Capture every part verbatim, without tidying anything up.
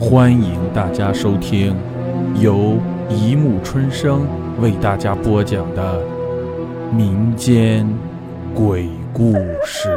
欢迎大家收听由一木春生为大家播讲的民间鬼故事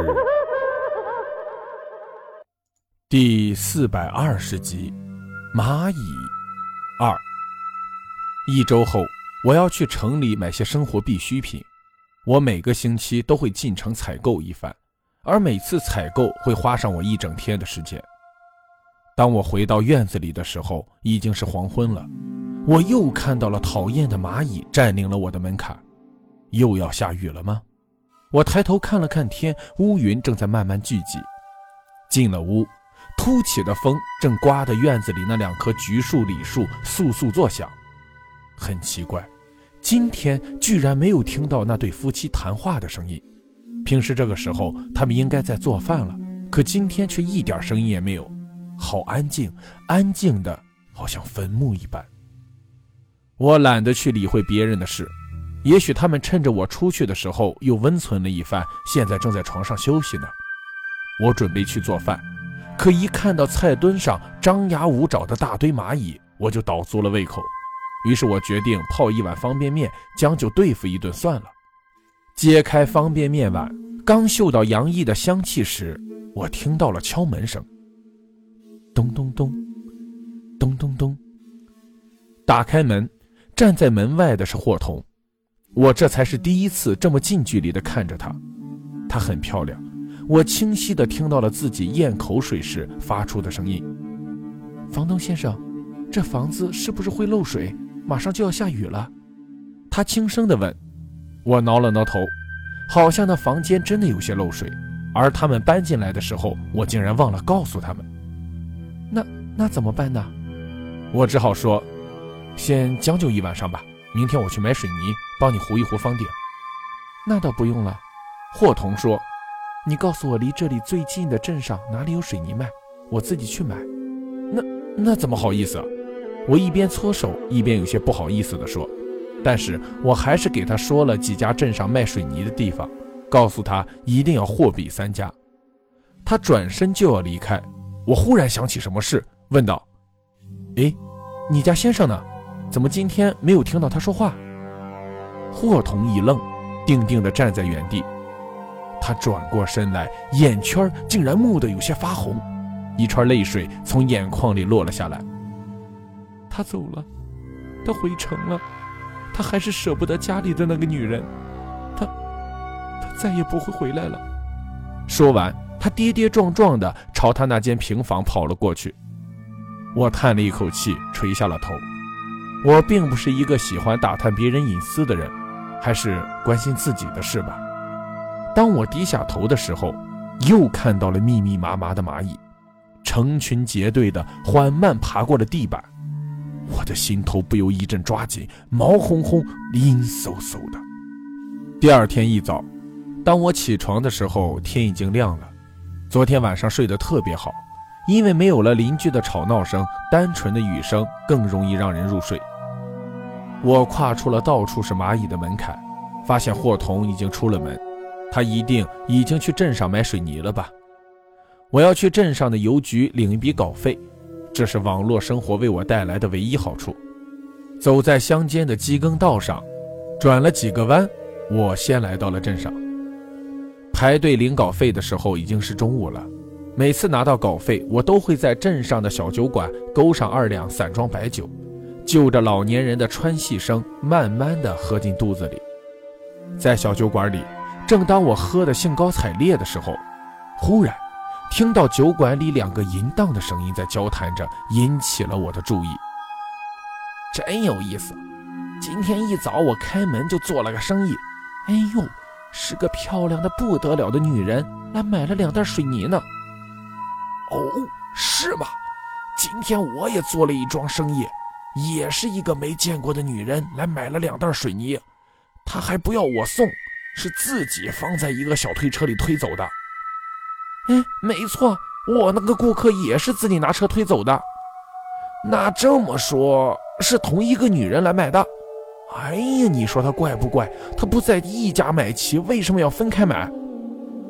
第四百二十集，蚂蚁二。一周后，我要去城里买些生活必需品。我每个星期都会进城采购一番，而每次采购会花上我一整天的时间。当我回到院子里的时候，已经是黄昏了。我又看到了讨厌的蚂蚁占领了我的门槛。又要下雨了吗？我抬头看了看天，乌云正在慢慢聚集。进了屋，突起的风正刮得院子里那两棵橘树、李树簌簌作响。很奇怪，今天居然没有听到那对夫妻谈话的声音。平时这个时候他们应该在做饭了，可今天却一点声音也没有，好安静，安静的好像坟墓一般。我懒得去理会别人的事，也许他们趁着我出去的时候又温存了一番，现在正在床上休息呢。我准备去做饭，可一看到菜墩上张牙舞爪的大堆蚂蚁，我就倒足了胃口。于是我决定泡一碗方便面，将就对付一顿算了。揭开方便面碗，刚嗅到洋溢的香气时，我听到了敲门声。咚咚咚，咚咚咚。打开门，站在门外的是霍童。我这才是第一次这么近距离地看着她。她很漂亮，我清晰地听到了自己咽口水时发出的声音。房东先生，这房子是不是会漏水？马上就要下雨了。她轻声地问。我挠了挠头，好像那房间真的有些漏水，而他们搬进来的时候，我竟然忘了告诉他们。那那怎么办呢？我只好说，先将就一晚上吧，明天我去买水泥，帮你糊一糊房顶。那倒不用了，霍童说，你告诉我离这里最近的镇上哪里有水泥卖，我自己去买。那那怎么好意思啊？我一边搓手一边有些不好意思地说，但是我还是给他说了几家镇上卖水泥的地方，告诉他一定要货比三家。他转身就要离开，我忽然想起什么事，问道，诶，你家先生呢？怎么今天没有听到他说话？霍童一愣，定定地站在原地。他转过身来，眼圈竟然蓦地有些发红，一串泪水从眼眶里落了下来。他走了，他回城了，他还是舍不得家里的那个女人，他他再也不会回来了。说完，他跌跌撞撞地朝他那间平房跑了过去。我叹了一口气，垂下了头。我并不是一个喜欢打探别人隐私的人，还是关心自己的事吧。当我低下头的时候，又看到了密密麻麻的蚂蚁，成群结队地缓慢爬过了地板。我的心头不由一阵抓紧，毛烘烘，阴飕飕的。第二天一早，当我起床的时候，天已经亮了。昨天晚上睡得特别好，因为没有了邻居的吵闹声，单纯的雨声更容易让人入睡。我跨出了到处是蚂蚁的门槛，发现霍童已经出了门，他一定已经去镇上买水泥了吧。我要去镇上的邮局领一笔稿费，这是网络生活为我带来的唯一好处。走在乡间的机耕道上，转了几个弯，我先来到了镇上。排队领稿费的时候已经是中午了。每次拿到稿费，我都会在镇上的小酒馆勾上二两散装白酒，就着老年人的穿戏声慢慢地喝进肚子里。在小酒馆里，正当我喝得兴高采烈的时候，忽然听到酒馆里两个淫荡的声音在交谈着，引起了我的注意。真有意思，今天一早我开门就做了个生意，哎呦，是个漂亮的不得了的女人来买了两袋水泥呢。哦，是吗？今天我也做了一桩生意，也是一个没见过的女人来买了两袋水泥，她还不要我送，是自己放在一个小推车里推走的。哎，没错，我那个顾客也是自己拿车推走的。那这么说，是同一个女人来买的。哎呀，你说她怪不怪？她不在一家买齐，为什么要分开买？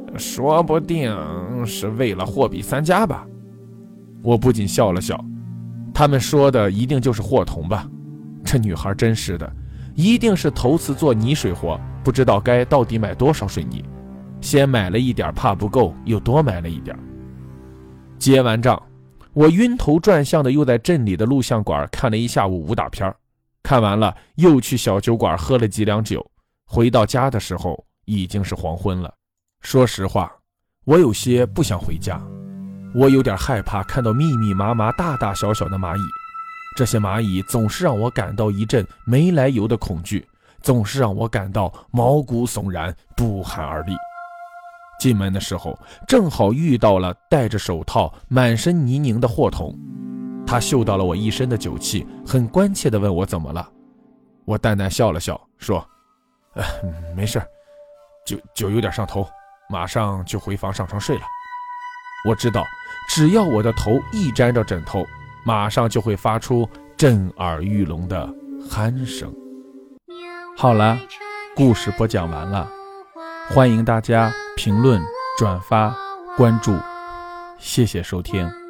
说不定是为了货比三家吧。我不仅笑了笑， 他们说的一定就是霍童吧？这女孩真是的，一定是头次做泥水活，不知道该到底买多少水泥，先买了一点，怕不够，又多买了一点。结完账，我晕头转向的又在镇里的录像馆看了一下午武打片，看完了又去小酒馆喝了几两酒。回到家的时候已经是黄昏了。说实话，我有些不想回家，我有点害怕看到密密麻麻大大小小的蚂蚁，这些蚂蚁总是让我感到一阵没来由的恐惧，总是让我感到毛骨悚然，不寒而栗。进门的时候正好遇到了戴着手套满身泥泞的霍童，他嗅到了我一身的酒气，很关切地问我怎么了。我淡淡笑了笑说，呃，没事，酒酒有点上头，马上就回房上床睡了。我知道只要我的头一沾着枕头，马上就会发出震耳欲聋的鼾声。好了，故事播讲完了，欢迎大家评论、转发、关注，谢谢收听。